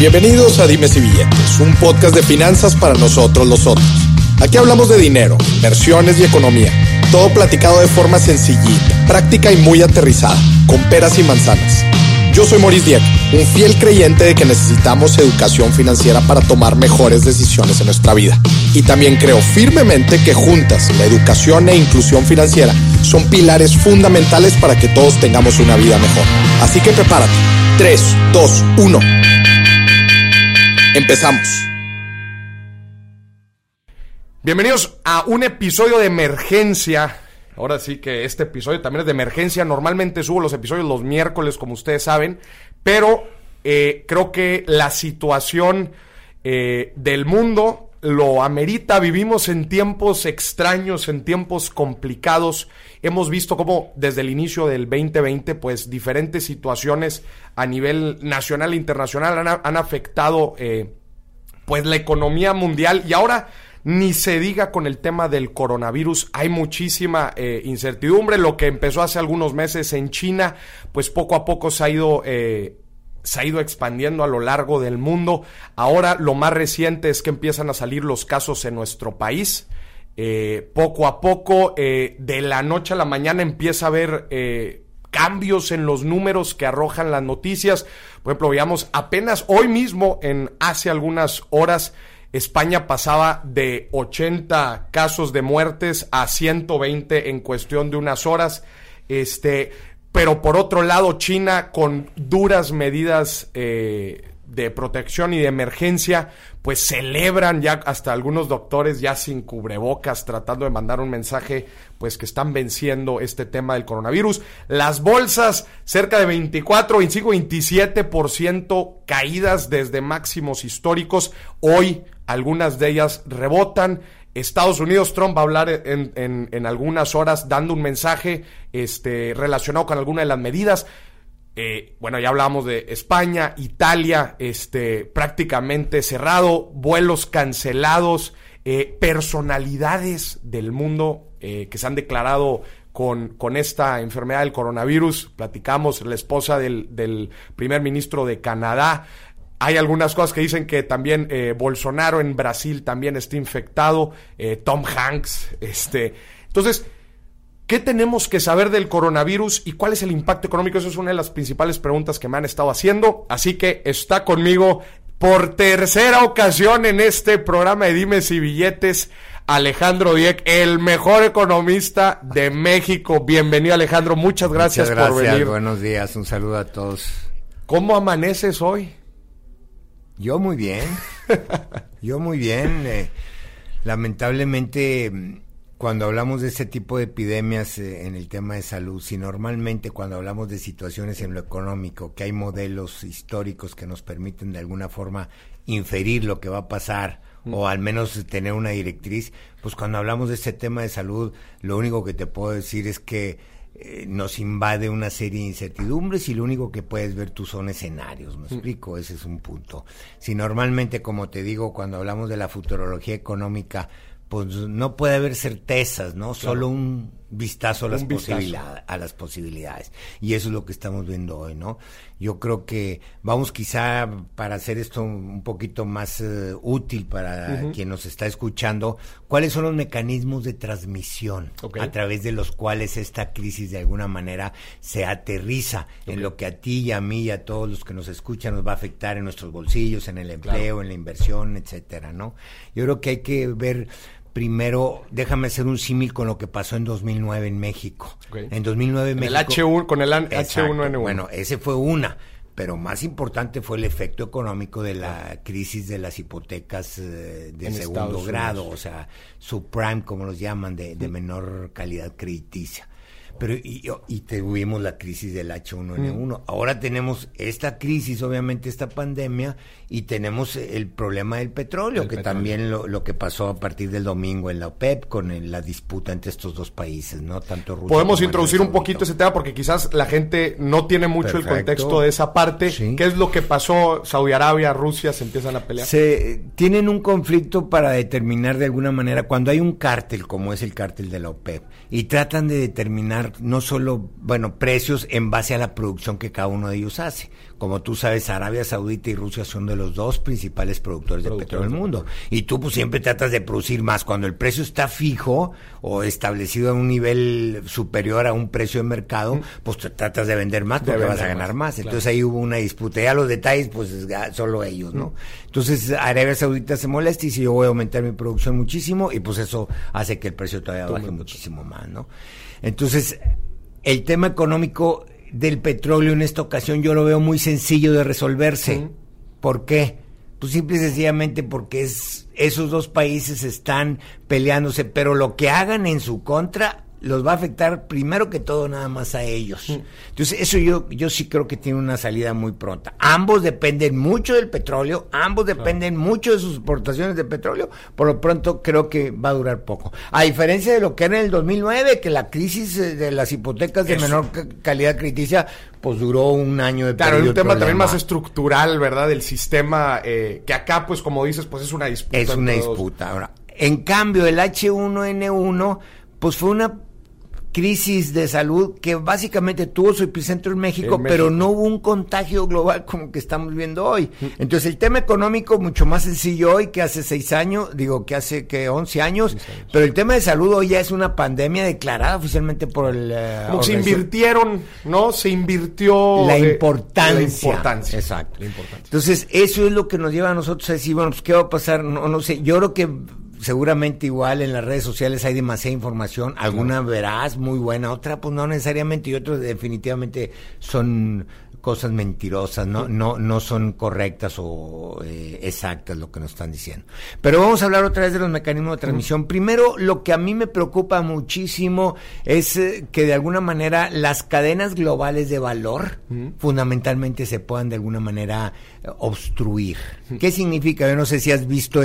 Bienvenidos a Dimes y Billetes, un podcast de finanzas para nosotros los otros. Aquí hablamos de dinero, inversiones y economía. Todo platicado de forma sencillita, práctica y muy aterrizada, con peras y manzanas. Yo soy Maurice Dieck, un fiel creyente de que necesitamos educación financiera para tomar mejores decisiones en nuestra vida. Y también creo firmemente que juntas, la educación e inclusión financiera son pilares fundamentales para que todos tengamos una vida mejor. Así que prepárate. 3, 2, 1. Empezamos. Bienvenidos a un episodio de emergencia. Ahora sí que este episodio también es de emergencia. Normalmente subo los episodios los miércoles, como ustedes saben, pero creo que la situación del mundo lo amerita. Vivimos en tiempos extraños, en tiempos complicados. Hemos visto cómo desde el inicio del 2020, pues diferentes situaciones a nivel nacional e internacional han afectado pues la economía mundial. Y ahora ni se diga con el tema del coronavirus, hay muchísima incertidumbre. Lo que empezó hace algunos meses en China, pues poco a poco se ha ido expandiendo a lo largo del mundo. Ahora lo más reciente es que empiezan a salir los casos en nuestro país. Poco a poco, de la noche a la mañana empieza a haber cambios en los números que arrojan las noticias. Por ejemplo, veamos, apenas hoy mismo, hace algunas horas, España pasaba de 80 casos de muertes a 120 en cuestión de unas horas. Pero por otro lado, China, con duras medidas de protección y de emergencia, pues celebran ya hasta algunos doctores ya sin cubrebocas, tratando de mandar un mensaje, pues que están venciendo este tema del coronavirus. Las bolsas, cerca de 24, 25, 27% caídas desde máximos históricos. Hoy, algunas de ellas rebotan. Estados Unidos, Trump va a hablar en algunas horas dando un mensaje relacionado con alguna de las medidas. Bueno, ya hablábamos de España, Italia, prácticamente cerrado, vuelos cancelados, personalidades del mundo que se han declarado con esta enfermedad del coronavirus. Platicamos, la esposa del primer ministro de Canadá. Hay algunas cosas que dicen que también Bolsonaro en Brasil también está infectado, Tom Hanks, Entonces, ¿qué tenemos que saber del coronavirus y cuál es el impacto económico? Esa es una de las principales preguntas que me han estado haciendo. Así que está conmigo por tercera ocasión en este programa de Dimes y Billetes, Alejandro Dieck, el mejor economista de México. Bienvenido, Alejandro, muchas gracias por venir. Buenos días, un saludo a todos. ¿Cómo amaneces hoy? Yo muy bien, lamentablemente, cuando hablamos de este tipo de epidemias en el tema de salud, si normalmente cuando hablamos de situaciones en lo económico, que hay modelos históricos que nos permiten de alguna forma inferir lo que va a pasar, o al menos tener una directriz, pues cuando hablamos de este tema de salud, lo único que te puedo decir es que nos invade una serie de incertidumbres y lo único que puedes ver tú son escenarios, ¿me explico? Ese es un punto. Si normalmente, como te digo, cuando hablamos de la futurología económica, pues no puede haber certezas, ¿no? Claro. Solo un vistazo a las posibilidades. Y eso es lo que estamos viendo hoy, ¿no? Yo creo que vamos quizá para hacer esto un poquito más útil para quien nos está escuchando, ¿cuáles son los mecanismos de transmisión a través de los cuales esta crisis de alguna manera se aterriza en lo que a ti y a mí y a todos los que nos escuchan nos va a afectar en nuestros bolsillos, en el empleo, en la inversión, etcétera, ¿no? Yo creo que hay que ver. Primero, déjame hacer un símil con lo que pasó en 2009 en México. En 2009 en México... Con el H1N1. Bueno, ese fue una, pero más importante fue el efecto económico de la crisis de las hipotecas de segundo grado, o sea, subprime, como los llaman, de menor calidad crediticia. Pero y tuvimos la crisis del H1N1. Ahora tenemos esta crisis, obviamente esta pandemia, y tenemos el problema del petróleo, también lo que pasó a partir del domingo en la OPEP con la disputa entre estos dos países, ¿no? Tanto Rusia. Podemos introducir un poquito ese tema porque quizás la gente no tiene mucho el contexto de esa parte. Sí. ¿Qué es lo que pasó? Saudi Arabia, Rusia se empiezan a pelear. Tienen un conflicto para determinar de alguna manera cuando hay un cártel como es el cártel de la OPEP y tratan de determinar no solo, precios en base a la producción que cada uno de ellos hace. Como tú sabes, Arabia Saudita y Rusia son de los dos principales productores de petróleo del mundo. Y tú pues siempre tratas de producir más. Cuando el precio está fijo o establecido a un nivel superior a un precio de mercado, pues te tratas de vender más porque vas a ganar más. Entonces ahí hubo una disputa. Ya los detalles, pues solo ellos, ¿no? Entonces Arabia Saudita se molesta y dice, yo voy a aumentar mi producción muchísimo, y pues eso hace que el precio todavía baje muchísimo más, ¿no? Entonces, el tema económico del petróleo en esta ocasión yo lo veo muy sencillo de resolverse. ¿Por qué? Pues simple y sencillamente porque esos dos países están peleándose, pero lo que hagan en su contra los va a afectar primero que todo nada más a ellos. Entonces eso yo sí creo que tiene una salida muy pronta. Ambos dependen mucho del petróleo, ambos dependen mucho de sus exportaciones de petróleo, por lo pronto creo que va a durar poco. A diferencia de lo que era en el 2009, que la crisis de las hipotecas de menor calidad crediticia, pues duró un año de Claro, un tema también más estructural, ¿verdad? Del sistema, que acá, pues como dices, pues es una disputa. Es una disputa. Ahora, en cambio, el H1N1, pues fue una crisis de salud que básicamente tuvo su epicentro en México, pero no hubo un contagio global como que estamos viendo hoy. Entonces el tema económico mucho más sencillo hoy que hace 11 años, pero el tema de salud hoy ya es una pandemia declarada oficialmente por el... Como se invirtieron, ¿no? Se invirtió... La importancia. Exacto. La importancia. Entonces eso es lo que nos lleva a nosotros a decir, bueno, pues ¿qué va a pasar? No sé, yo creo que seguramente igual en las redes sociales hay demasiada información, alguna veraz, muy buena, otra pues no necesariamente, y otras definitivamente son cosas mentirosas, no son correctas o exactas lo que nos están diciendo. Pero vamos a hablar otra vez de los mecanismos de transmisión. Primero, lo que a mí me preocupa muchísimo es que de alguna manera las cadenas globales de valor fundamentalmente se puedan de alguna manera obstruir. ¿Qué significa? Yo no sé si has visto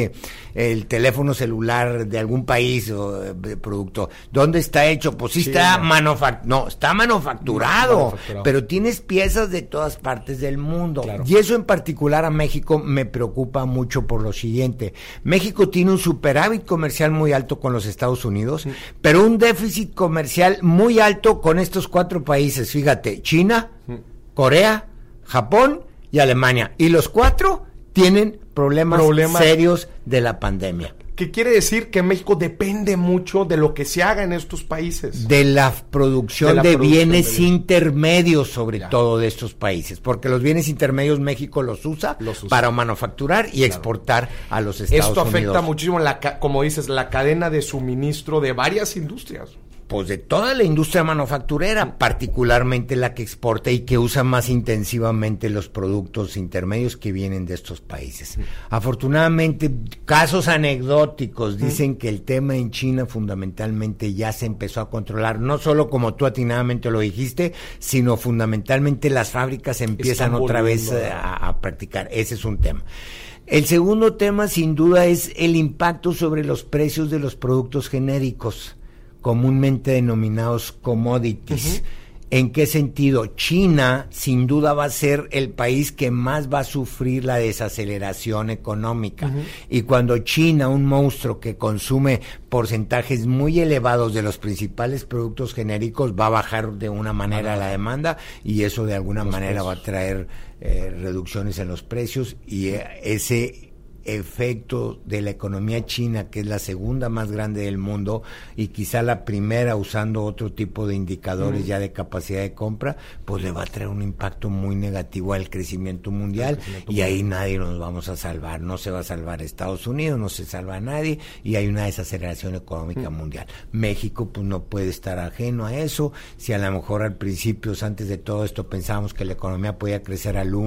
el teléfono celular de algún país o de producto. ¿Dónde está hecho? Pues sí está está manufacturado, pero tienes piezas de todas partes del mundo. Claro. Y eso en particular a México me preocupa mucho por lo siguiente. México tiene un superávit comercial muy alto con los Estados Unidos, pero un déficit comercial muy alto con estos 4 países. Fíjate, China, Corea, Japón y Alemania. Y los 4 tienen problemas serios de la pandemia. ¿Qué quiere decir? Que México depende mucho de lo que se haga en estos países. De la producción de bienes intermedios, sobre todo de estos países. Porque los bienes intermedios México los usa para manufacturar y exportar a los Estados Unidos. Esto afecta muchísimo, como dices, la cadena de suministro de varias industrias. Pues de toda la industria manufacturera, particularmente la que exporta y que usa más intensivamente los productos intermedios que vienen de estos países. Afortunadamente, casos anecdóticos dicen que el tema en China fundamentalmente ya se empezó a controlar, no solo como tú atinadamente lo dijiste, sino fundamentalmente las fábricas empiezan otra vez a practicar. Ese es un tema. El segundo tema, sin duda, es el impacto sobre los precios de los productos genéricos, comúnmente denominados commodities. ¿En qué sentido? China sin duda va a ser el país que más va a sufrir la desaceleración económica. Y cuando China, un monstruo que consume porcentajes muy elevados de los principales productos genéricos, va a bajar de una manera la demanda, y eso de alguna manera va a traer reducciones en los precios, y ese efecto de la economía china, que es la segunda más grande del mundo y quizá la primera usando otro tipo de indicadores ya de capacidad de compra, pues le va a traer un impacto muy negativo al crecimiento mundial, y ahí nadie nos vamos a salvar. No se va a salvar Estados Unidos, no se salva a nadie, y hay una desaceleración económica mundial. México pues no puede estar ajeno a eso. Si a lo mejor al principio, antes de todo esto, pensábamos que la economía podía crecer al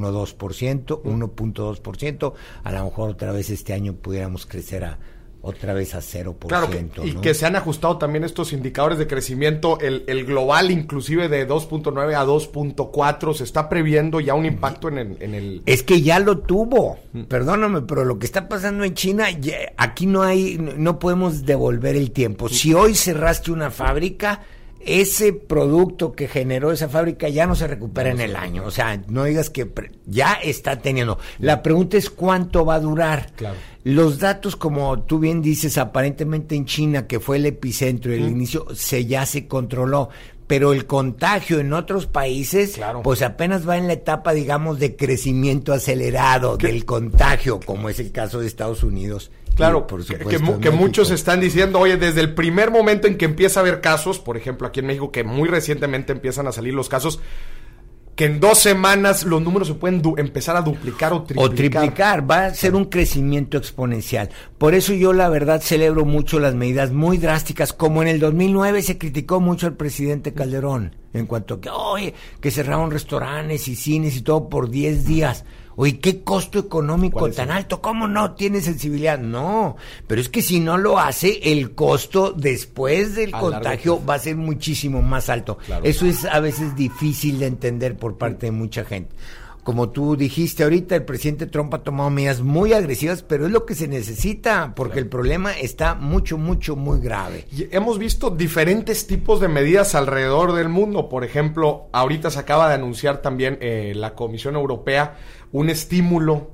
1.2%, a lo mejor otra vez este año pudiéramos crecer otra vez a 0%. Claro, y que se han ajustado también estos indicadores de crecimiento, el global inclusive de 2.9 a 2.4, se está previendo ya un impacto en el... Es que ya lo tuvo, perdóname, pero lo que está pasando en China, aquí no podemos devolver el tiempo. Si hoy cerraste una fábrica, ese producto que generó esa fábrica ya no se recupera en el año. O sea, no digas que ya está teniendo. La pregunta es cuánto va a durar. Claro. Los datos, como tú bien dices, aparentemente en China, que fue el epicentro y el inicio, ya se controló. pero el contagio en otros países, pues apenas va en la etapa, digamos, de crecimiento acelerado del contagio, como es el caso de Estados Unidos. Claro, por supuesto, que muchos están diciendo, oye, desde el primer momento en que empieza a haber casos, por ejemplo, aquí en México, que muy recientemente empiezan a salir los casos, que en 2 semanas los números se pueden empezar a duplicar o triplicar. Va a ser un crecimiento exponencial. Por eso yo la verdad celebro mucho las medidas muy drásticas, como en el 2009 se criticó mucho al presidente Calderón, en cuanto a que, oye, que cerraron restaurantes y cines y todo por 10 días. Oye, ¿qué costo económico tan alto? ¿Cómo no tiene sensibilidad? No, pero es que si no lo hace, el costo después del contagio va a ser muchísimo más alto. Claro. Eso es a veces difícil de entender por parte de mucha gente. Como tú dijiste ahorita, el presidente Trump ha tomado medidas muy agresivas, pero es lo que se necesita, porque el problema está muy grave. Y hemos visto diferentes tipos de medidas alrededor del mundo. Por ejemplo, ahorita se acaba de anunciar también la Comisión Europea un estímulo.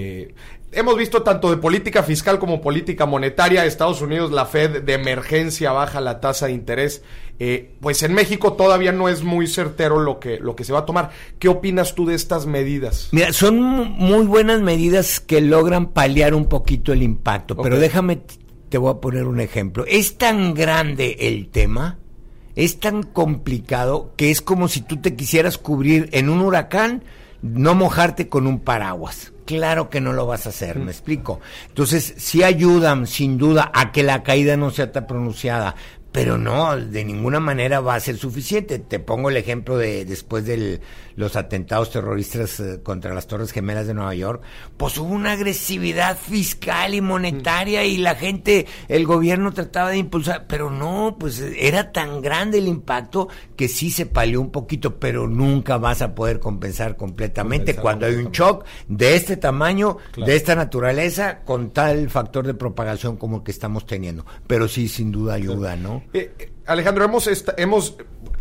Hemos visto tanto de política fiscal como política monetaria. Estados Unidos, la Fed de emergencia baja la tasa de interés. Pues en México todavía no es muy certero lo que se va a tomar. ¿Qué opinas tú de estas medidas? Mira, son muy buenas medidas que logran paliar un poquito el impacto, pero déjame, te voy a poner un ejemplo. Es tan grande el tema, es tan complicado, que es como si tú te quisieras cubrir en un huracán, no mojarte con un paraguas. Claro que no lo vas a hacer, ¿me explico? Entonces, sí ayudan, sin duda, a que la caída no sea tan pronunciada, pero no, de ninguna manera va a ser suficiente. Te pongo el ejemplo de después de los atentados terroristas contra las Torres Gemelas de Nueva York, pues hubo una agresividad fiscal y monetaria y la gente, el gobierno trataba de impulsar, pero no, pues era tan grande el impacto que sí se palió un poquito, pero nunca vas a poder compensar completamente cuando hay un shock de este tamaño, de esta naturaleza, con tal factor de propagación como el que estamos teniendo. Pero sí, sin duda ayuda, ¿no? Alejandro, hemos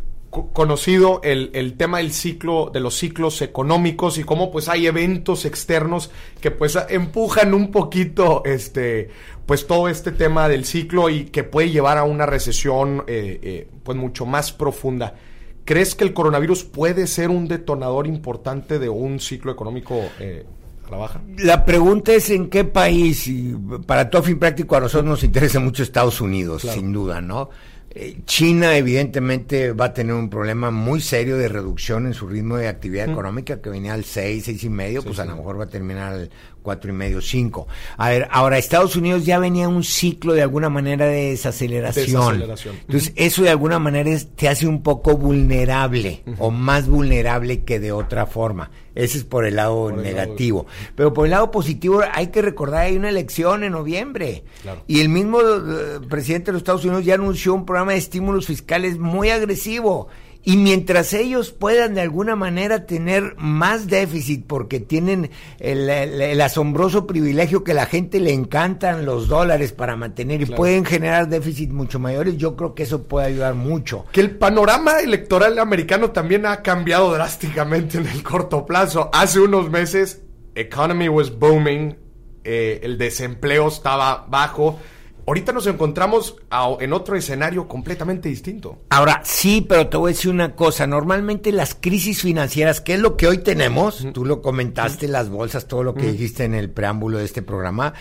conocido el tema del ciclo, de los ciclos económicos y cómo pues hay eventos externos que pues empujan un poquito pues todo este tema del ciclo y que puede llevar a una recesión pues mucho más profunda. ¿Crees que el coronavirus puede ser un detonador importante de un ciclo económico a la baja? La pregunta es en qué país, y para todo fin práctico a nosotros nos interesa mucho Estados Unidos, sin duda, ¿no? China evidentemente va a tener un problema muy serio de reducción en su ritmo de actividad económica, que venía al 6.5, pues a lo mejor va a terminar al 4.5, 5. A ver, ahora Estados Unidos ya venía un ciclo de alguna manera de desaceleración. Entonces eso de alguna manera te hace un poco vulnerable o más vulnerable que de otra forma. Ese es por el lado negativo. Pero por el lado positivo hay que recordar, hay una elección en noviembre. Y el mismo presidente de los Estados Unidos ya anunció un programa de estímulos fiscales muy agresivo. Y mientras ellos puedan de alguna manera tener más déficit, porque tienen el asombroso privilegio que a la gente le encantan los dólares para mantener y pueden generar déficit mucho mayores, yo creo que eso puede ayudar mucho. Que el panorama electoral americano también ha cambiado drásticamente en el corto plazo. Hace unos meses, economy was booming, el desempleo estaba bajo. Ahorita nos encontramos en otro escenario completamente distinto. Ahora, sí, pero te voy a decir una cosa. Normalmente las crisis financieras, que es lo que hoy tenemos, tú lo comentaste, las bolsas, todo lo que dijiste en el preámbulo de este programa,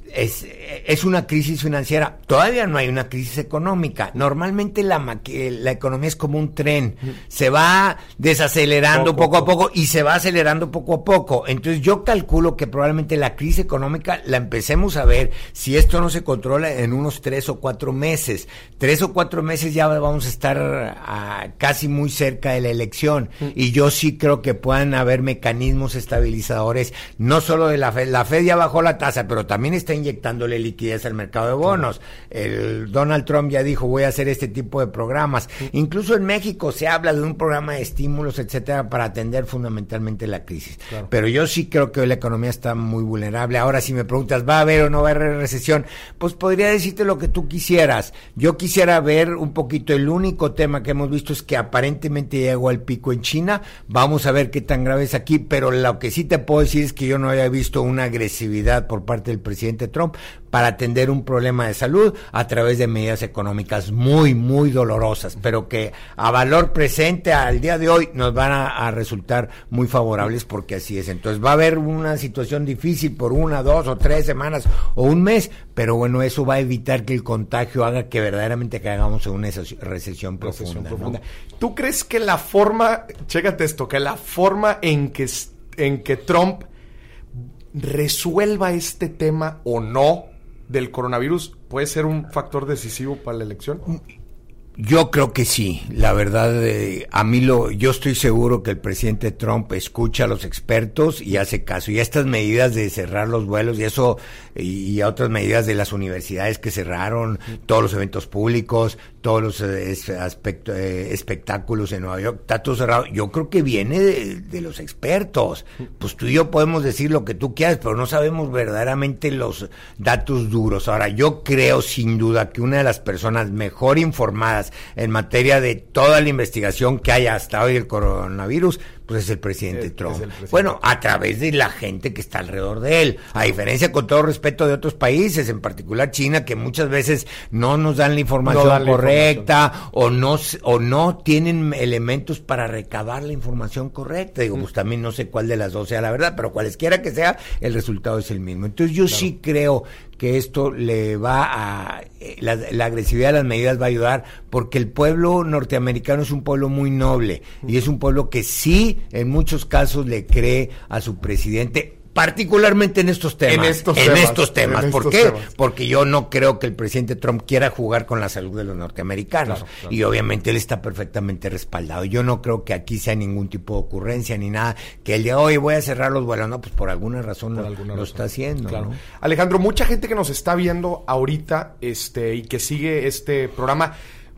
es una crisis financiera. Todavía no hay una crisis económica. Normalmente la economía es como un tren. Se va desacelerando poco a poco y se va acelerando poco a poco. Entonces yo calculo que probablemente la crisis económica la empecemos a ver, si esto no se controla, en unos 3 o 4 meses. 3 o 4 meses ya vamos a estar casi muy cerca de la elección. Y yo sí creo que puedan haber mecanismos estabilizadores, no solo de la Fed. La Fed ya bajó la tasa, pero también está inyectándole liquidez al mercado de bonos. El Donald Trump ya dijo, voy a hacer este tipo de programas. Incluso en México se habla de un programa de estímulos, etcétera, para atender fundamentalmente la crisis. Pero yo sí creo que hoy la economía está muy vulnerable. Ahora, si me preguntas, ¿va a haber o no va a haber recesión? Pues podría podría decirte lo que tú quisieras. Yo quisiera ver un poquito, el único tema que hemos visto es que aparentemente llegó al pico en China. Vamos a ver qué tan grave es aquí, pero lo que sí te puedo decir es que yo no había visto una agresividad por parte del presidente Trump para atender un problema de salud a través de medidas económicas muy, muy dolorosas, pero que a valor presente al día de hoy nos van a resultar muy favorables, porque así es. Entonces va a haber una situación difícil por 1, 2 o 3 semanas o un mes, pero bueno, eso va a evitar que el contagio haga que verdaderamente caigamos en una recesión profunda, ¿no? ¿Tú crees que la forma, chécate esto, que la forma en que Trump resuelva este tema o no del coronavirus puede ser un factor decisivo para la elección? Yo creo que sí, la verdad, yo estoy seguro que el presidente Trump escucha a los expertos y hace caso, y a estas medidas de cerrar los vuelos y a otras medidas de las universidades que cerraron, todos los eventos públicos, todos los espectáculos en Nueva York, está todo cerrado. Yo creo que viene de los expertos. Pues tú y yo podemos decir lo que tú quieras, pero no sabemos verdaderamente los datos duros. Ahora, yo creo sin duda que una de las personas mejor informadas en materia de toda la investigación que haya hasta hoy del coronavirus, pues es el presidente Trump. Bueno, a través de la gente que está alrededor de él. A diferencia, con todo respeto, de otros países, en particular China, que muchas veces no nos dan la información correcta o no tienen elementos para recabar la información correcta. Digo, pues también no sé cuál de las dos sea la verdad, pero cualesquiera que sea, el resultado es el mismo. Entonces yo sí creo que esto le va a... La agresividad de las medidas va a ayudar, porque el pueblo norteamericano es un pueblo muy noble, y es un pueblo que sí, en muchos casos, le cree a su presidente, particularmente en estos temas. ¿Por qué? Porque yo no creo que el presidente Trump quiera jugar con la salud de los norteamericanos. Claro. Y obviamente él está perfectamente respaldado. Yo no creo que aquí sea ningún tipo de ocurrencia ni nada, que él diga, oye, voy a cerrar los vuelos. No, pues por alguna razón lo está haciendo. Claro. ¿No? Alejandro, mucha gente que nos está viendo ahorita y que sigue este programa,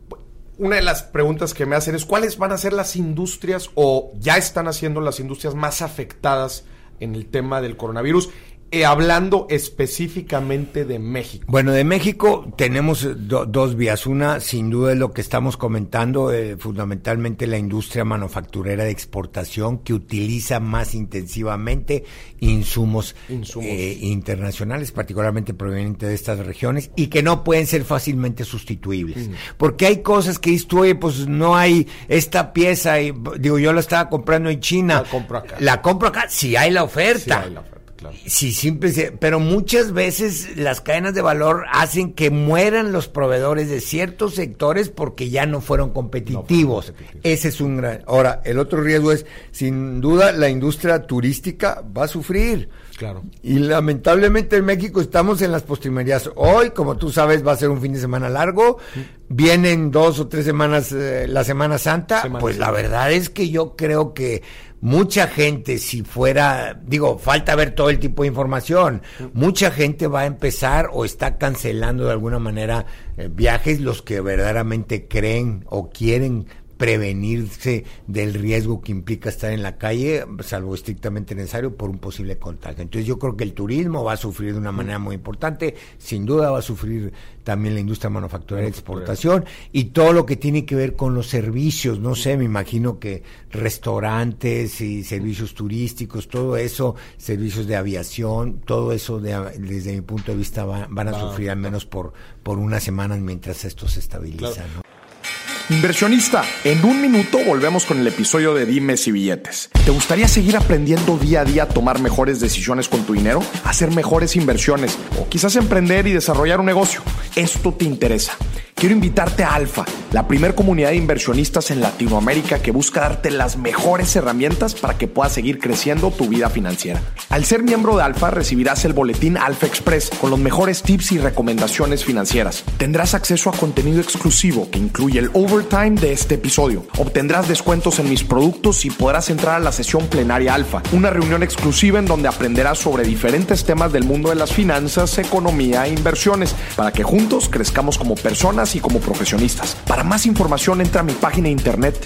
una de las preguntas que me hacen es, ¿cuáles van a ser las industrias o ya están haciendo las industrias más afectadas en el tema del coronavirus? Hablando específicamente de México. Bueno, de México tenemos dos vías. Una, sin duda, es lo que estamos comentando, fundamentalmente la industria manufacturera de exportación, que utiliza más intensivamente insumos. Internacionales, particularmente provenientes de estas regiones, y que no pueden ser fácilmente sustituibles. Porque hay cosas que dices tú, oye, pues no hay esta pieza, y digo, yo la estaba comprando en China. La compro acá, si hay la oferta. Sí hay la oferta. Claro. Sí, pero muchas veces las cadenas de valor hacen que mueran los proveedores de ciertos sectores porque ya no fueron competitivos. Ese es un gran... Ahora, el otro riesgo es, sin duda, la industria turística va a sufrir. Claro. Y lamentablemente en México estamos en las postrimerías. Hoy, como tú sabes, va a ser un fin de semana largo. Vienen 2 o 3 semanas la Semana Santa. La verdad es que yo creo que mucha gente, si fuera, falta ver todo el tipo de información, mucha gente va a empezar o está cancelando de alguna manera viajes, los que verdaderamente creen o quieren prevenirse del riesgo que implica estar en la calle, salvo estrictamente necesario, por un posible contagio. Entonces yo creo que el turismo va a sufrir de una manera muy importante, sin duda va a sufrir también la industria manufacturera de exportación, y todo lo que tiene que ver con los servicios, no sé, me imagino que restaurantes y servicios turísticos, todo eso, servicios de aviación, todo eso desde mi punto de vista van a sufrir al menos por unas semanas mientras esto se estabiliza, claro. ¿No? Inversionista, en un minuto volvemos con el episodio de Dimes y Billetes. ¿Te gustaría seguir aprendiendo día a día a tomar mejores decisiones con tu dinero? ¿Hacer mejores inversiones? ¿O quizás emprender y desarrollar un negocio? Esto te interesa. Quiero invitarte a Alfa, la primer comunidad de inversionistas en Latinoamérica que busca darte las mejores herramientas para que puedas seguir creciendo tu vida financiera. Al ser miembro de Alfa, recibirás el boletín Alfa Express con los mejores tips y recomendaciones financieras. Tendrás acceso a contenido exclusivo que incluye el overtime de este episodio. Obtendrás descuentos en mis productos y podrás entrar a la sesión plenaria Alfa, una reunión exclusiva en donde aprenderás sobre diferentes temas del mundo de las finanzas, economía e inversiones, para que juntos crezcamos como personas y como profesionistas. Para más información entra a mi página de internet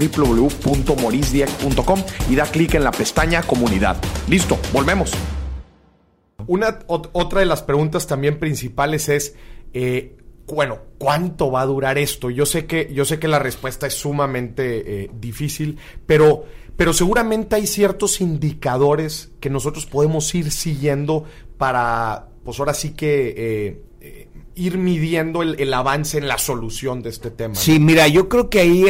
www.mauricedieck.com y da clic en la pestaña Comunidad. Listo, volvemos. Otra de las preguntas también principales es bueno, ¿cuánto va a durar esto? Yo sé que la respuesta es sumamente difícil, pero seguramente hay ciertos indicadores que nosotros podemos ir siguiendo para, pues ahora sí que ir midiendo el avance en la solución de este tema, ¿no? Sí, mira, yo creo que ahí,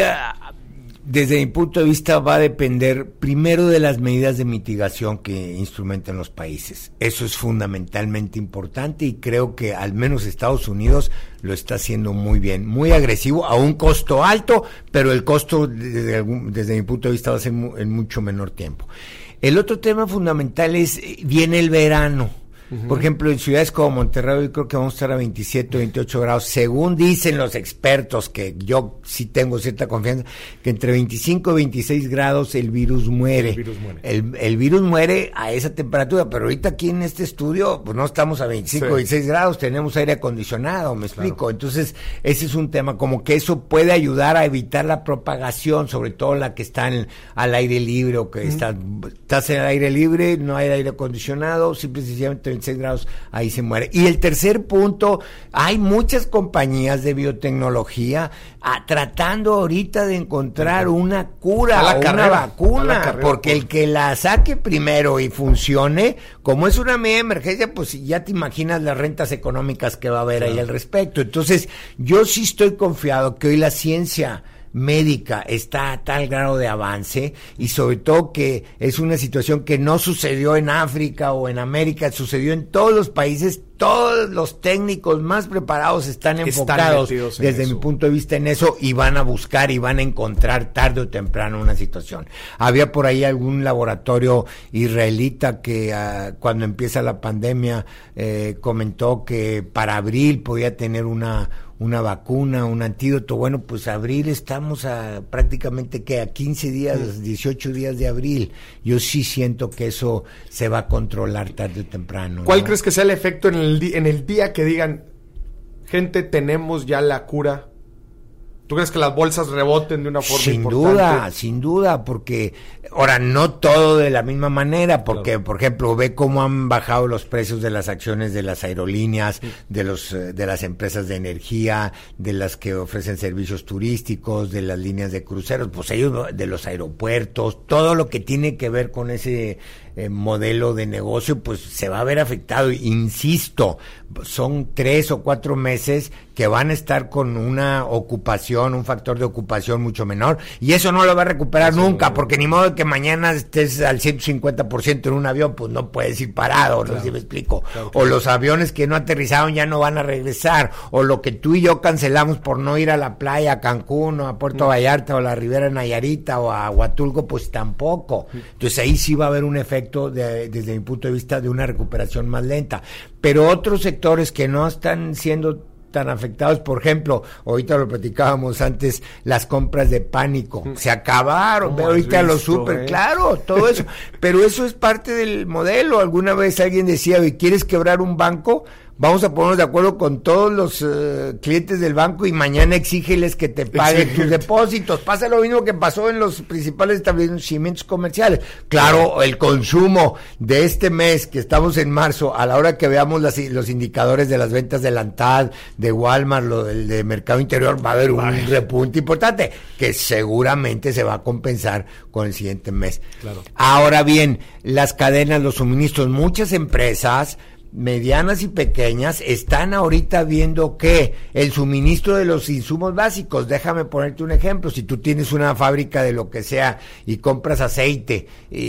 desde mi punto de vista, va a depender primero de las medidas de mitigación que instrumentan los países. Eso es fundamentalmente importante y creo que al menos Estados Unidos lo está haciendo muy bien, muy agresivo, a un costo alto, pero el costo desde mi punto de vista va a ser en mucho menor tiempo. El otro tema fundamental viene el verano. Por ejemplo, en ciudades como Monterrey, yo creo que vamos a estar a 27, 28 grados, según dicen los expertos, que yo sí tengo cierta confianza, que entre 25 y 26 grados el virus muere. El virus muere a esa temperatura, pero ahorita aquí en este estudio, pues no estamos a 25, 26 grados, tenemos aire acondicionado, ¿me explico? Claro. Entonces, ese es un tema, como que eso puede ayudar a evitar la propagación, sobre todo la que está al aire libre, o que estás en el aire libre, no hay aire acondicionado, simplemente 26 grados, ahí se muere. Y el tercer punto, hay muchas compañías de biotecnología tratando ahorita de encontrar una cura o una vacuna, porque el que la saque primero y funcione, como es una medida de emergencia, pues ya te imaginas las rentas económicas que va a haber ahí al respecto. Entonces, yo sí estoy confiado que hoy la ciencia médica está a tal grado de avance, y sobre todo que es una situación que no sucedió en África o en América, sucedió en todos los países. Todos los técnicos más preparados están enfocados desde mi punto de vista en eso, y van a buscar y van a encontrar tarde o temprano una situación. Había por ahí algún laboratorio israelita que cuando empieza la pandemia comentó que para abril podía tener una vacuna, un antídoto. Bueno, pues abril estamos a prácticamente a 15 días, 18 días de abril. Yo sí siento que eso se va a controlar tarde o temprano, ¿no? ¿Cuál crees que sea el efecto en el día que digan, gente, tenemos ya la cura? ¿Tú crees que las bolsas reboten de una forma importante? Sin duda, porque ahora no todo de la misma manera, porque por ejemplo, ve cómo han bajado los precios de las acciones de las aerolíneas, de las empresas de energía, de las que ofrecen servicios turísticos, de las líneas de cruceros, pues ellos, de los aeropuertos, todo lo que tiene que ver con ese modelo de negocio, pues se va a ver afectado. Insisto, son 3 o 4 meses que van a estar con una ocupación, un factor de ocupación mucho menor, y eso no lo va a recuperar nunca, porque ni modo que mañana estés al 150% en un avión, pues no puedes ir parado, no sé si me explico. O los aviones que no aterrizaron ya no van a regresar, o lo que tú y yo cancelamos por no ir a la playa, a Cancún, o a Puerto Vallarta, o a la Ribera Nayarita, o a Huatulco, pues tampoco. Entonces ahí sí va a haber un efecto desde mi punto de vista de una recuperación más lenta, pero otros sectores que no están siendo tan afectados, por ejemplo, ahorita lo platicábamos antes, las compras de pánico, se acabaron, ahorita los súper, claro, todo eso, pero eso es parte del modelo. Alguna vez alguien decía, ¿quieres quebrar un banco? Vamos a ponernos de acuerdo con todos los clientes del banco y mañana exígeles que te paguen tus depósitos. Pasa lo mismo que pasó en los principales establecimientos comerciales. Claro, el consumo de este mes, que estamos en marzo, a la hora que veamos los indicadores de las ventas de la ANTAD, de Walmart, de Mercado Interior, va a haber un repunte importante que seguramente se va a compensar con el siguiente mes. Claro. Ahora bien, las cadenas, los suministros, muchas empresas medianas y pequeñas están ahorita viendo que el suministro de los insumos básicos, déjame ponerte un ejemplo, si tú tienes una fábrica de lo que sea y compras aceite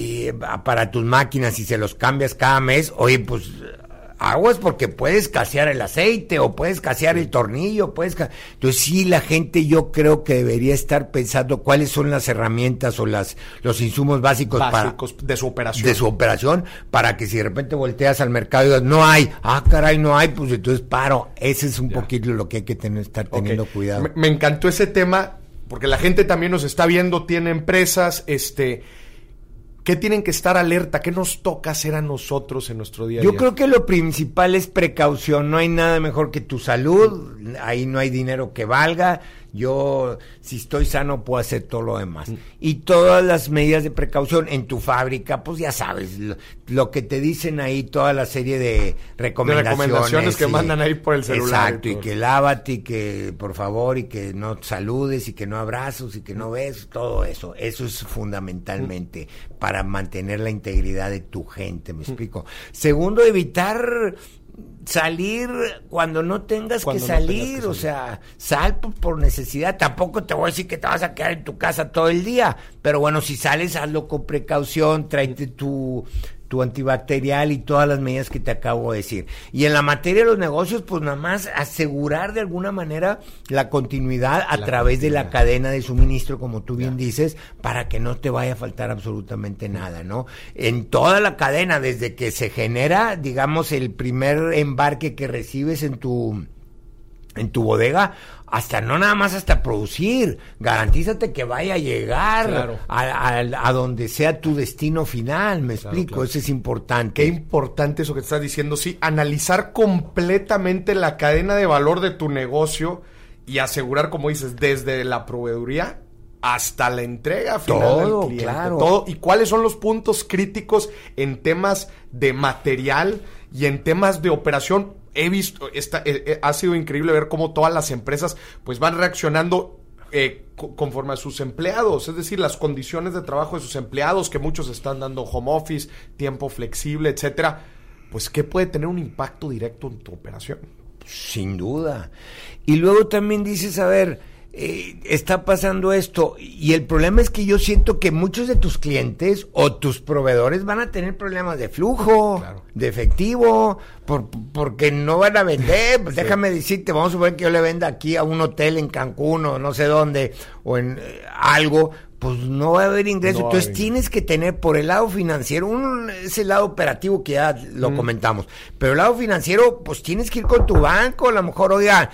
para tus máquinas y se los cambias cada mes, oye, pues aguas, porque puedes escasear el aceite o puedes escasear el tornillo, entonces sí, la gente yo creo que debería estar pensando cuáles son las herramientas o los insumos básicos de su operación, para que si de repente volteas al mercado y digas, no hay, caray, no hay, pues entonces paro. Ese es un poquito lo que hay que estar teniendo cuidado. Me encantó ese tema, porque la gente también nos está viendo, tiene empresas, ¿qué tienen que estar alerta? ¿Qué nos toca hacer a nosotros en nuestro día a día? Yo creo que lo principal es precaución. No hay nada mejor que tu salud. Ahí no hay dinero que valga. yo si estoy sano puedo hacer todo lo demás. Y todas las medidas de precaución en tu fábrica, pues ya sabes, lo que te dicen ahí, toda la serie de recomendaciones que mandan ahí por el celular. Exacto, y que lávate, y que por favor, y que no saludes, y que no abrazos, y que no besos, todo eso. Eso es fundamentalmente para mantener la integridad de tu gente, ¿me explico? Segundo, evitar salir cuando no tengas que salir, o sea, sal por necesidad. Tampoco te voy a decir que te vas a quedar en tu casa todo el día, pero bueno, si sales, hazlo con precaución, tráete tu antibacterial y todas las medidas que te acabo de decir. Y en la materia de los negocios, pues nada más asegurar de alguna manera la continuidad a través de la cadena de suministro, como tú bien dices, para que no te vaya a faltar absolutamente nada, ¿no? En toda la cadena, desde que se genera, digamos, el primer embarque que recibes en tu bodega, hasta no nada más hasta producir, garantízate que vaya a llegar a donde sea tu destino final, me explico, eso es importante. Qué importante eso que te estás diciendo, sí, analizar completamente la cadena de valor de tu negocio y asegurar, como dices, desde la proveeduría hasta la entrega final todo, al cliente, claro. Todo, y cuáles son los puntos críticos en temas de material y en temas de operación. He visto, ha sido increíble ver cómo todas las empresas pues van reaccionando conforme a sus empleados, es decir, las condiciones de trabajo de sus empleados, que muchos están dando home office, tiempo flexible, etcétera, pues que puede tener un impacto directo en tu operación. Sin duda. Y luego también dices, a ver, está pasando esto, y el problema es que yo siento que muchos de tus clientes o tus proveedores van a tener problemas de flujo, de efectivo, porque no van a vender. Pues déjame decirte, vamos a suponer que yo le venda aquí a un hotel en Cancún o no sé dónde, o en algo, pues no va a haber ingreso. No, entonces tienes que tener por el lado financiero, es el lado operativo que ya lo comentamos, pero el lado financiero, pues tienes que ir con tu banco, a lo mejor, oiga,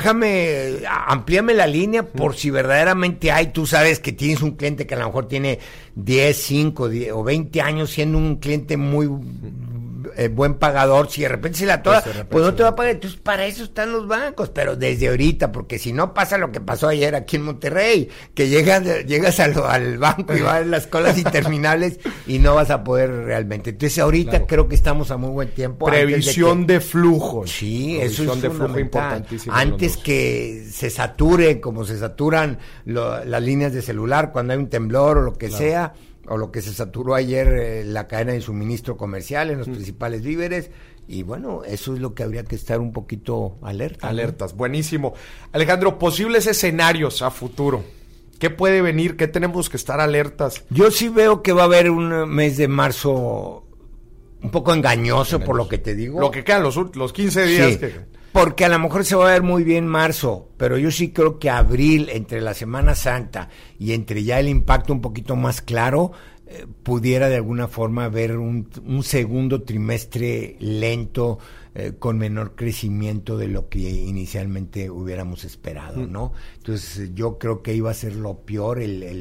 amplíame la línea por si verdaderamente hay, tú sabes que tienes un cliente que a lo mejor tiene 10, 5 10, o 20 años siendo un cliente muy buen pagador, si de repente se la toda, pues no te va a pagar. Entonces para eso están los bancos, pero desde ahorita, porque si no pasa lo que pasó ayer aquí en Monterrey, que llegas al banco y vas en las colas interminables y no vas a poder realmente. Entonces ahorita creo que estamos a muy buen tiempo. Previsión de flujo. Sí, eso es de flujo importantísimo. Antes que se sature, como se saturan las líneas de celular cuando hay un temblor o lo que sea, o lo que se saturó ayer, la cadena de suministro comercial en los principales víveres, y bueno, eso es lo que habría que estar un poquito alertas, ¿no? Buenísimo. Alejandro, posibles escenarios a futuro. ¿Qué puede venir? ¿Qué tenemos que estar alertas? Yo sí veo que va a haber un mes de marzo un poco engañoso, por lo que te digo. Lo que quedan los 15 días. Sí. Porque a lo mejor se va a ver muy bien marzo, pero yo sí creo que abril, entre la Semana Santa y entre ya el impacto un poquito más claro, pudiera de alguna forma haber un segundo trimestre lento, con menor crecimiento de lo que inicialmente hubiéramos esperado, ¿no? Entonces yo creo que iba a ser lo peor,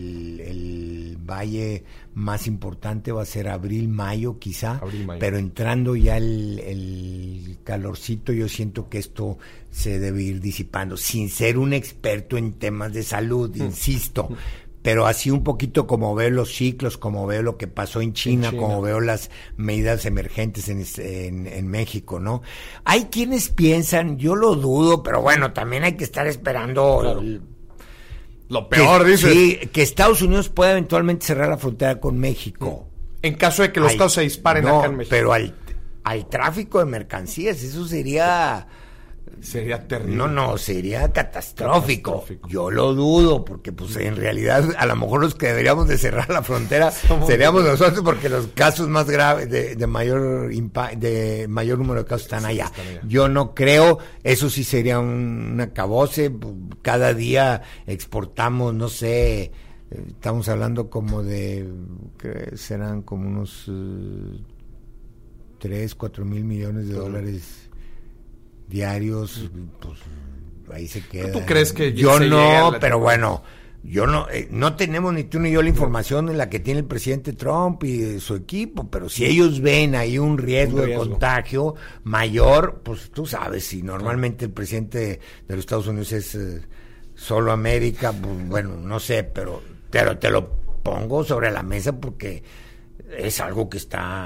el valle más importante va a ser abril, mayo quizá, pero entrando ya el calorcito, yo siento que esto se debe ir disipando, sin ser un experto en temas de salud, insisto, pero así un poquito como veo los ciclos, como veo lo que pasó en China, como veo las medidas emergentes en México, ¿no? Hay quienes piensan, yo lo dudo, pero bueno, también hay que estar esperando lo peor, dices. Sí, que Estados Unidos pueda eventualmente cerrar la frontera con México. En caso de que los casos se disparen acá en México. Pero al tráfico de mercancías, eso sería terrible. No, sería catastrófico. Yo lo dudo, porque pues en realidad a lo mejor los que deberíamos de cerrar la frontera seríamos nosotros, porque los casos más graves de mayor número de casos están allá. Yo no creo, eso sí sería un acabose. Cada día exportamos, no sé, estamos hablando como de, que serán como unos 3-4 mil millones de dólares diarios, pues ahí se queda. ¿Tú crees que yo no, pero bueno, yo no tenemos ni tú ni yo la información en la que tiene el presidente Trump y su equipo, pero si ellos ven ahí un riesgo de contagio mayor, pues tú sabes, si normalmente el presidente de los Estados Unidos es solo América, pues, bueno, no sé, pero te lo pongo sobre la mesa porque es algo que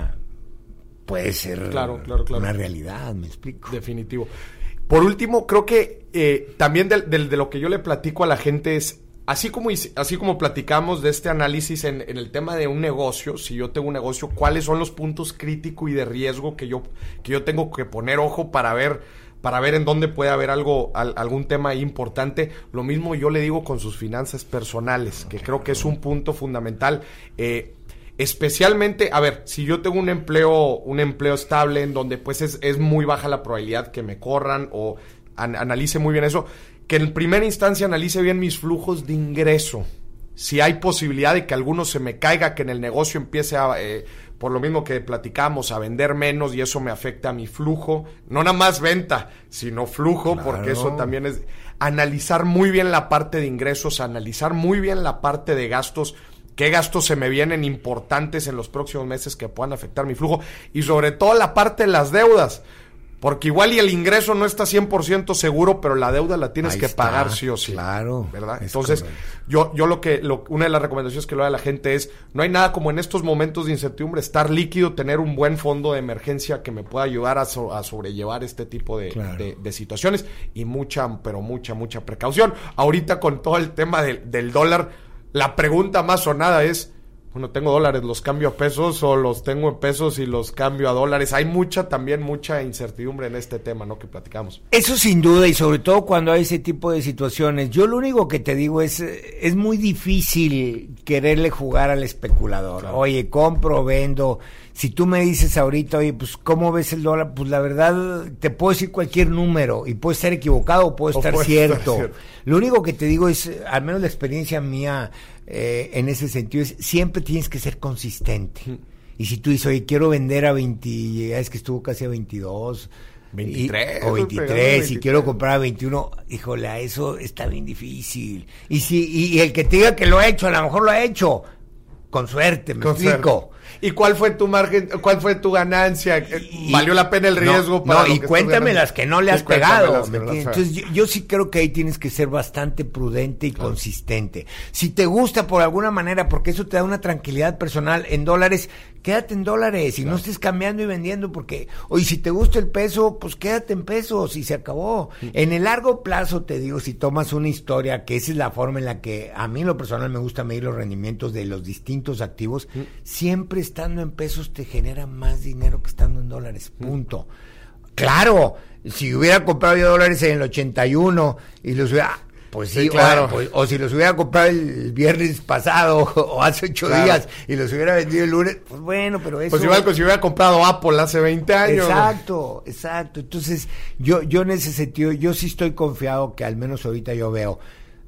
puede ser claro. una realidad, me explico. Definitivo. Por último, creo que también de lo que yo le platico a la gente es, así como platicamos de este análisis en el tema de un negocio, si yo tengo un negocio, ¿cuáles son los puntos críticos y de riesgo que yo tengo que poner ojo para ver en dónde puede haber algún tema importante? Lo mismo yo le digo con sus finanzas personales, que creo que es un punto fundamental. Especialmente, a ver, si yo tengo un empleo estable en donde pues es muy baja la probabilidad que me corran, o analice muy bien eso, que en primera instancia analice bien mis flujos de ingreso. Si hay posibilidad de que alguno se me caiga, que en el negocio empiece por lo mismo que platicamos, a vender menos y eso me afecta a mi flujo. No nada más venta, sino flujo, claro. Porque eso también es analizar muy bien la parte de ingresos, analizar muy bien la parte de gastos. ¿Qué gastos se me vienen importantes en los próximos meses que puedan afectar mi flujo? Y sobre todo la parte de las deudas. Porque igual y el ingreso no está 100% seguro, pero la deuda la tienes que pagar sí o sí. Claro. ¿Verdad? Entonces, yo una de las recomendaciones que le doy a la gente es, no hay nada como en estos momentos de incertidumbre, estar líquido, tener un buen fondo de emergencia que me pueda ayudar a sobrellevar este tipo de situaciones, y mucha precaución. Ahorita con todo el tema del dólar, la pregunta más sonada es, bueno, tengo dólares, ¿los cambio a pesos o los tengo en pesos y los cambio a dólares? Hay mucha incertidumbre en este tema, ¿no?, que platicamos. Eso sin duda, y sobre todo cuando hay ese tipo de situaciones. Yo lo único que te digo es muy difícil quererle jugar al especulador. Claro. Oye, compro, vendo. Si tú me dices ahorita, oye, pues, ¿cómo ves el dólar? Pues la verdad, te puedo decir cualquier número, y puede estar equivocado o puede estar cierto. Lo único que te digo es, al menos la experiencia mía, en ese sentido, es siempre tienes que ser consistente. Y si tú dices, oye, quiero vender a 20, es que estuvo casi a 22, 23 o 23, y quiero comprar a 21, híjole, a eso está bien difícil. Y el que te diga que lo ha hecho, a lo mejor lo ha hecho, con suerte, me explico. ¿Y cuál fue tu margen, cuál fue tu ganancia? ¿Valió la pena el riesgo? Y cuéntame las que no le has pegado. Entonces yo sí creo que ahí tienes que ser bastante prudente y consistente. Si te gusta por alguna manera, porque eso te da una tranquilidad personal en dólares, quédate en dólares y no estés cambiando y vendiendo, porque, oye, si te gusta el peso, pues quédate en pesos y se acabó. En el largo plazo, te digo, si tomas una historia, que esa es la forma en la que a mí en lo personal me gusta medir los rendimientos de los distintos activos, siempre estando en pesos te genera más dinero que estando en dólares, punto. Claro, si hubiera comprado yo dólares en el 81 y los hubiera... Pues sí, claro. O si los hubiera comprado el viernes pasado o hace 8 días y los hubiera vendido el lunes, pues bueno, pero eso... Pues igual que si hubiera comprado Apple hace 20 años. Exacto. Entonces, yo en ese sentido, yo sí estoy confiado que al menos ahorita yo veo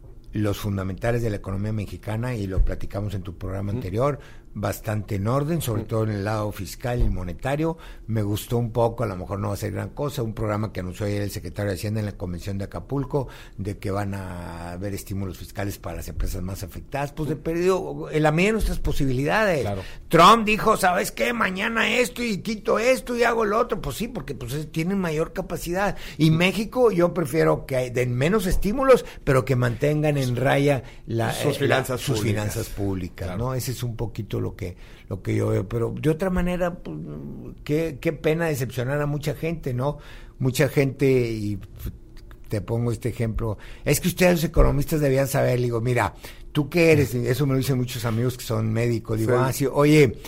los fundamentales de la economía mexicana, y lo platicamos en tu programa anterior, bastante en orden, sobre todo en el lado fiscal y monetario. Me gustó un poco, a lo mejor no va a ser gran cosa, un programa que anunció ayer el secretario de Hacienda en la Convención de Acapulco, de que van a haber estímulos fiscales para las empresas más afectadas, pues de perdido, en la medida de nuestras posibilidades. Claro. Trump dijo, ¿sabes qué? Mañana esto y quito esto y hago lo otro. Pues sí, porque pues tienen mayor capacidad. Y México, yo prefiero que den menos estímulos, pero que mantengan en raya sus finanzas públicas, claro. ¿No? Ese es un poquito lo que yo veo, pero de otra manera, pues, qué pena decepcionar a mucha gente, ¿no? Mucha gente, y te pongo este ejemplo, es que ustedes los economistas debían saber, digo, mira, ¿tú qué eres? Eso me lo dicen muchos amigos que son médicos, digo, sí, oye,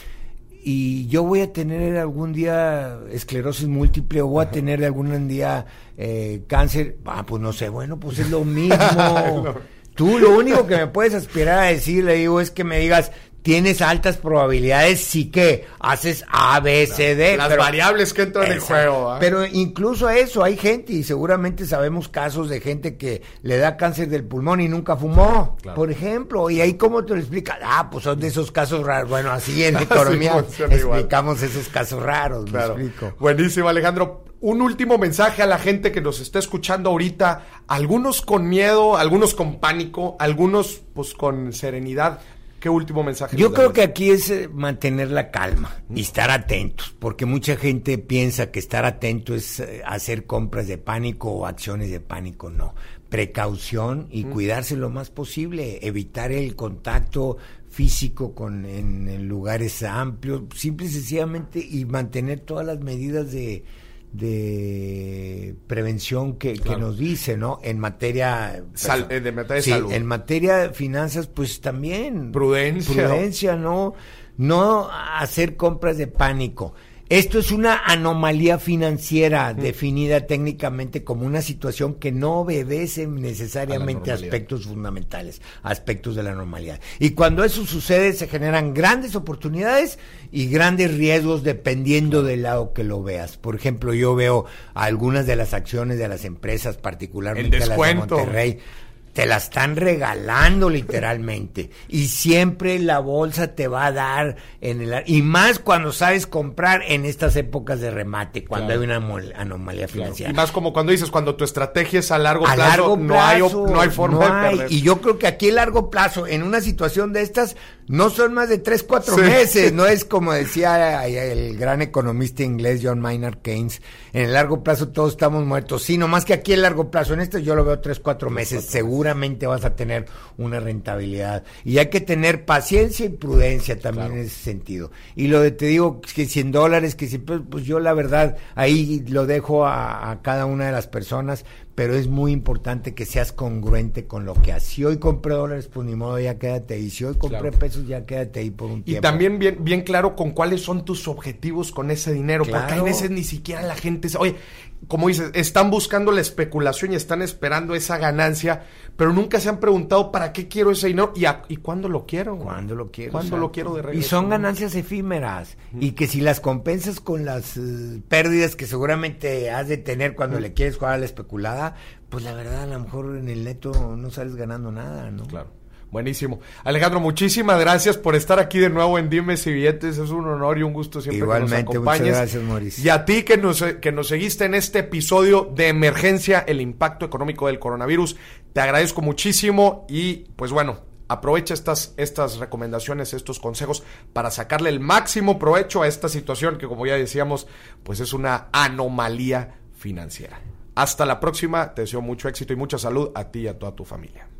y yo voy a tener algún día esclerosis múltiple, o voy a tener algún día cáncer, pues no sé, bueno, pues es lo mismo. Tú lo único que me puedes aspirar a decir, le digo, es que me digas, tienes altas probabilidades si que haces A, B, C, D. Las variables que entran en el juego. Pero incluso a eso hay gente, y seguramente sabemos casos de gente que le da cáncer del pulmón y nunca fumó, claro, por ejemplo. Y ahí, ¿cómo te lo explicas? Pues son de esos casos raros. Bueno, así en economía explicamos esos casos raros, claro. Me explico. Buenísimo, Alejandro. Un último mensaje a la gente que nos está escuchando ahorita. Algunos con miedo, algunos con pánico, algunos pues con serenidad. ¿Qué último mensaje? Yo creo que aquí es mantener la calma y estar atentos, porque mucha gente piensa que estar atento es hacer compras de pánico o acciones de pánico. No, precaución y cuidarse lo más posible, evitar el contacto físico en lugares amplios, simple y sencillamente, y mantener todas las medidas de prevención que nos dice, ¿no? En materia de salud. En materia de finanzas, pues también prudencia, no hacer compras de pánico. Esto es una anomalía financiera definida técnicamente como una situación que no obedece necesariamente a aspectos fundamentales, aspectos de la normalidad. Y cuando eso sucede, se generan grandes oportunidades y grandes riesgos dependiendo del lado que lo veas. Por ejemplo, yo veo algunas de las acciones de las empresas, particularmente las de Monterrey, te la están regalando literalmente, y siempre la bolsa te va a dar y más cuando sabes comprar en estas épocas de remate, cuando hay una anomalía financiera. Y más como cuando dices, cuando tu estrategia es a largo plazo, no hay forma de perder. Y yo creo que aquí el largo plazo, en una situación de estas, no son más de 3-4 meses, no es como decía el gran economista inglés John Maynard Keynes, en el largo plazo todos estamos muertos, sí, nomás que aquí el largo plazo, en esto yo lo veo 3-4 meses, seguramente vas a tener una rentabilidad, y hay que tener paciencia y prudencia también en ese sentido. Y lo de, te digo, que $100, que siempre, pues yo la verdad, ahí lo dejo a cada una de las personas, pero es muy importante que seas congruente con lo que haces. Si hoy compré dólares, pues ni modo, ya quédate ahí. Si hoy compré pesos, ya quédate ahí por un tiempo. Y también bien claro con cuáles son tus objetivos con ese dinero, porque hay veces ni siquiera la gente... Oye, como dices, están buscando la especulación y están esperando esa ganancia, pero nunca se han preguntado para qué quiero ese dinero y cuándo lo quiero. ¿Cuándo lo quiero? ¿Cuándo lo quiero de regreso? Y son ganancias efímeras, y que si las compensas con las pérdidas que seguramente has de tener cuando le quieres jugar a la especulada, pues la verdad a lo mejor en el neto no sales ganando nada, ¿no? Claro. Buenísimo. Alejandro, muchísimas gracias por estar aquí de nuevo en Dimes y Billetes. Es un honor y un gusto siempre igualmente, que nos acompañes. Muchas gracias, Mauricio. Y a ti que nos seguiste en este episodio de Emergencia, el impacto económico del coronavirus. Te agradezco muchísimo y pues bueno, aprovecha estas recomendaciones, estos consejos para sacarle el máximo provecho a esta situación que, como ya decíamos, pues es una anomalía financiera. Hasta la próxima, te deseo mucho éxito y mucha salud a ti y a toda tu familia.